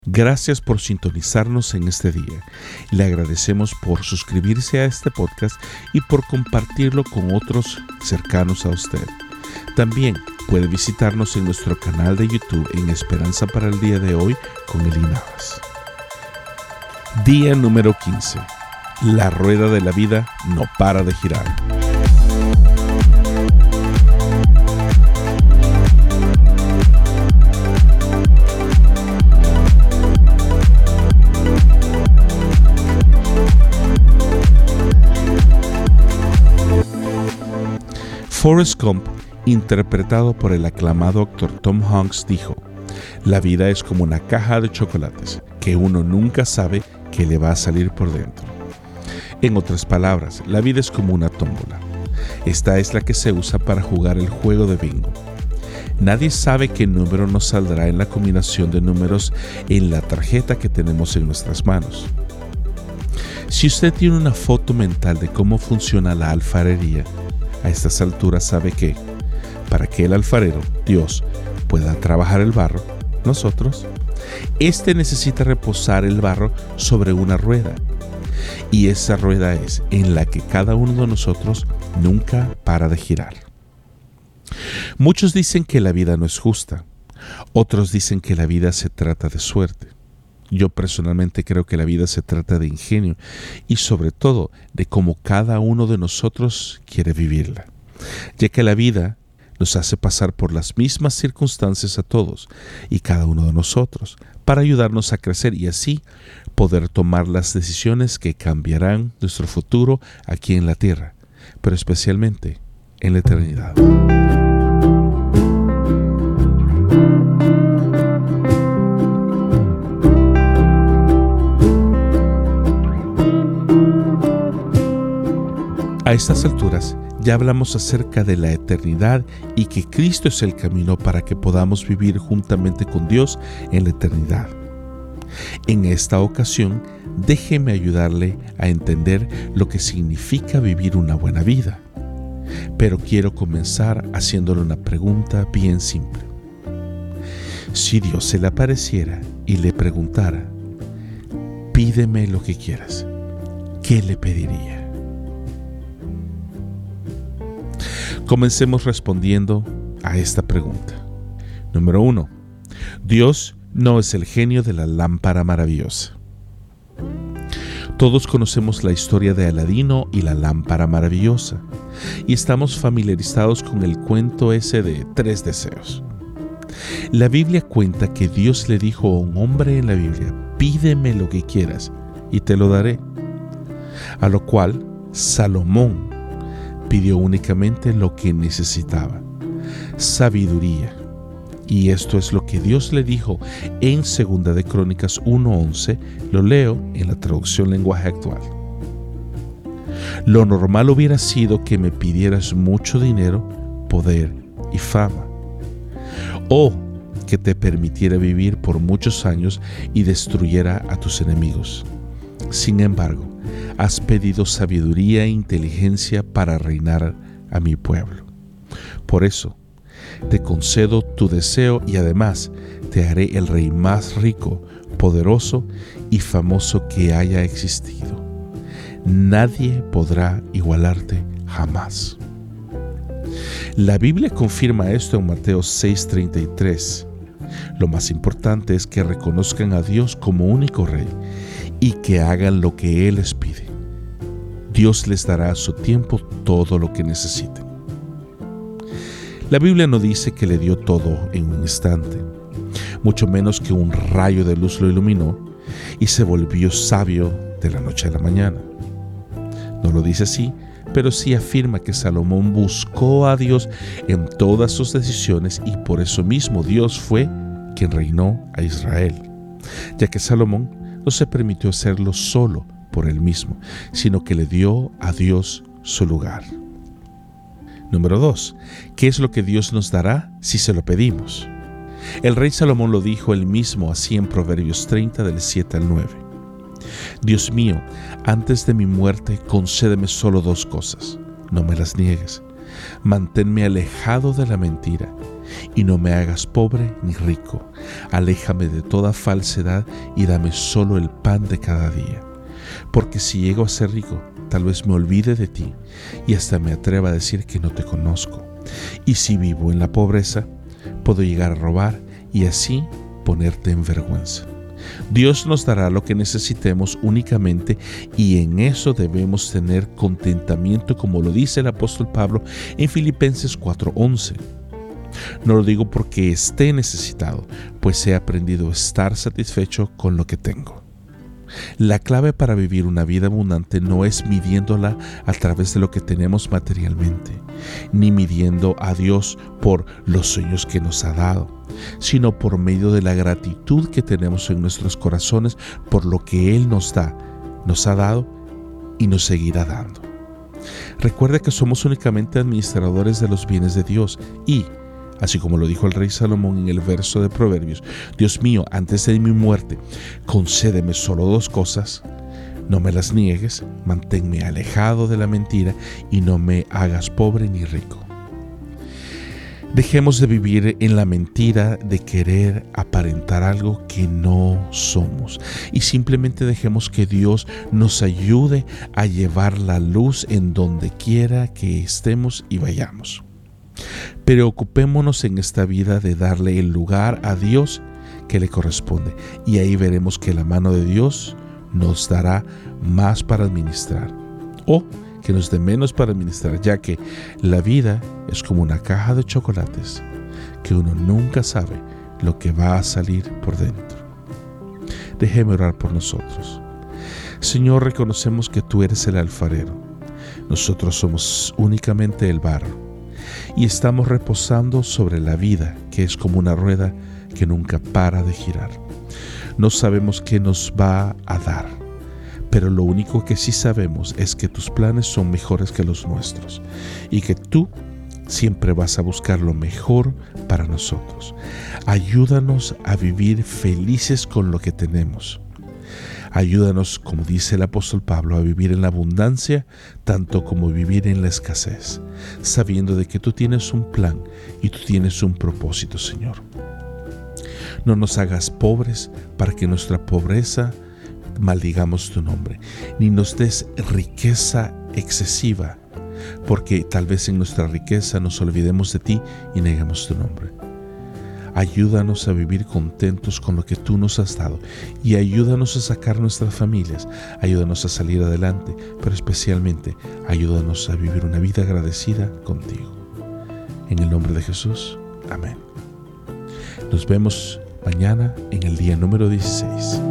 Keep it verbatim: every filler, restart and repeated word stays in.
Gracias por sintonizarnos en este día. Le agradecemos por suscribirse a este podcast y por compartirlo con otros cercanos a usted. También puede visitarnos en nuestro canal de YouTube en Esperanza para el Día de Hoy con Eli Navas. Día número quince. La rueda de la vida no para de girar. Forrest Gump, interpretado por el aclamado actor Tom Hanks, dijo: "La vida es como una caja de chocolates que uno nunca sabe qué le va a salir por dentro". En otras palabras, la vida es como una tómbola. Esta es la que se usa para jugar el juego de bingo. Nadie sabe qué número nos saldrá en la combinación de números en la tarjeta que tenemos en nuestras manos. Si usted tiene una foto mental de cómo funciona la alfarería, a estas alturas sabe que, para que el alfarero, Dios, pueda trabajar el barro, nosotros, éste necesita reposar el barro sobre una rueda. Y esa rueda es en la que cada uno de nosotros nunca para de girar. Muchos dicen que la vida no es justa. Otros dicen que la vida se trata de suerte. Yo personalmente creo que la vida se trata de ingenio y sobre todo de cómo cada uno de nosotros quiere vivirla, ya que la vida nos hace pasar por las mismas circunstancias a todos y cada uno de nosotros para ayudarnos a crecer y así poder tomar las decisiones que cambiarán nuestro futuro aquí en la tierra, pero especialmente en la eternidad. A estas alturas ya hablamos acerca de la eternidad y que Cristo es el camino para que podamos vivir juntamente con Dios en la eternidad. En esta ocasión, déjeme ayudarle a entender lo que significa vivir una buena vida. Pero quiero comenzar haciéndole una pregunta bien simple. Si Dios se le apareciera y le preguntara: "Pídeme lo que quieras", ¿qué le pediría? Comencemos respondiendo a esta pregunta. Número uno. Dios no es el genio de la lámpara maravillosa. Todos conocemos la historia de Aladino y la lámpara maravillosa y estamos familiarizados con el cuento ese de tres deseos. La Biblia cuenta que Dios le dijo a un hombre en la Biblia: "Pídeme lo que quieras y te lo daré". A lo cual Salomón pidió únicamente lo que necesitaba: sabiduría. Y esto es lo que Dios le dijo en Segunda de Crónicas uno once, lo leo en la traducción lenguaje actual. Lo normal hubiera sido que me pidieras mucho dinero, poder y fama, o que te permitiera vivir por muchos años y destruyera a tus enemigos. Sin embargo, has pedido sabiduría e inteligencia para reinar a mi pueblo. Por eso, te concedo tu deseo y además te haré el rey más rico, poderoso y famoso que haya existido. Nadie podrá igualarte jamás. La Biblia confirma esto en Mateo seis treinta y tres. Lo más importante es que reconozcan a Dios como único rey y que hagan lo que Él les pide. Dios les dará a su tiempo todo lo que necesiten. La Biblia no dice que le dio todo en un instante, mucho menos que un rayo de luz lo iluminó y se volvió sabio de la noche a la mañana. No lo dice así, pero sí afirma que Salomón buscó a Dios en todas sus decisiones y por eso mismo Dios fue quien reinó a Israel, ya que Salomón no se permitió hacerlo solo por él mismo, sino que le dio a Dios su lugar. Número dos. ¿Qué es lo que Dios nos dará si se lo pedimos? El rey Salomón lo dijo él mismo así en Proverbios treinta del siete al nueve. Dios mío, antes de mi muerte concédeme solo dos cosas, no me las niegues. Manténme alejado de la mentira y no me hagas pobre ni rico. Aléjame de toda falsedad y dame solo el pan de cada día. Porque si llego a ser rico, tal vez me olvide de ti y hasta me atreva a decir que no te conozco. Y si vivo en la pobreza, puedo llegar a robar y así ponerte en vergüenza. Dios nos dará lo que necesitemos únicamente y en eso debemos tener contentamiento, como lo dice el apóstol Pablo en Filipenses cuatro once. No lo digo porque esté necesitado, pues he aprendido a estar satisfecho con lo que tengo. La clave para vivir una vida abundante no es midiéndola a través de lo que tenemos materialmente, ni midiendo a Dios por los sueños que nos ha dado, sino por medio de la gratitud que tenemos en nuestros corazones por lo que Él nos da, nos ha dado y nos seguirá dando. Recuerda que somos únicamente administradores de los bienes de Dios y, así como lo dijo el rey Salomón en el verso de Proverbios, Dios mío, antes de mi muerte, concédeme solo dos cosas, no me las niegues, manténme alejado de la mentira y no me hagas pobre ni rico. Dejemos de vivir en la mentira de querer aparentar algo que no somos y simplemente dejemos que Dios nos ayude a llevar la luz en donde quiera que estemos y vayamos. Preocupémonos en esta vida de darle el lugar a Dios que le corresponde y ahí veremos que la mano de Dios nos dará más para administrar o que nos dé menos para administrar, ya que la vida es como una caja de chocolates que uno nunca sabe lo que va a salir por dentro. Déjeme orar por nosotros. Señor, reconocemos que tú eres el alfarero. Nosotros somos únicamente el barro y estamos reposando sobre la vida, que es como una rueda que nunca para de girar. No sabemos qué nos va a dar, pero lo único que sí sabemos es que tus planes son mejores que los nuestros y que tú siempre vas a buscar lo mejor para nosotros. Ayúdanos a vivir felices con lo que tenemos. Ayúdanos, como dice el apóstol Pablo, a vivir en la abundancia, tanto como vivir en la escasez, sabiendo de que tú tienes un plan y tú tienes un propósito, Señor. No nos hagas pobres para que nuestra pobreza maldigamos tu nombre, ni nos des riqueza excesiva, porque tal vez en nuestra riqueza nos olvidemos de ti y neguemos tu nombre. Ayúdanos a vivir contentos con lo que tú nos has dado y ayúdanos a sacar nuestras familias, ayúdanos a salir adelante, pero especialmente ayúdanos a vivir una vida agradecida contigo. En el nombre de Jesús, amén. Nos vemos mañana en el día número dieciséis.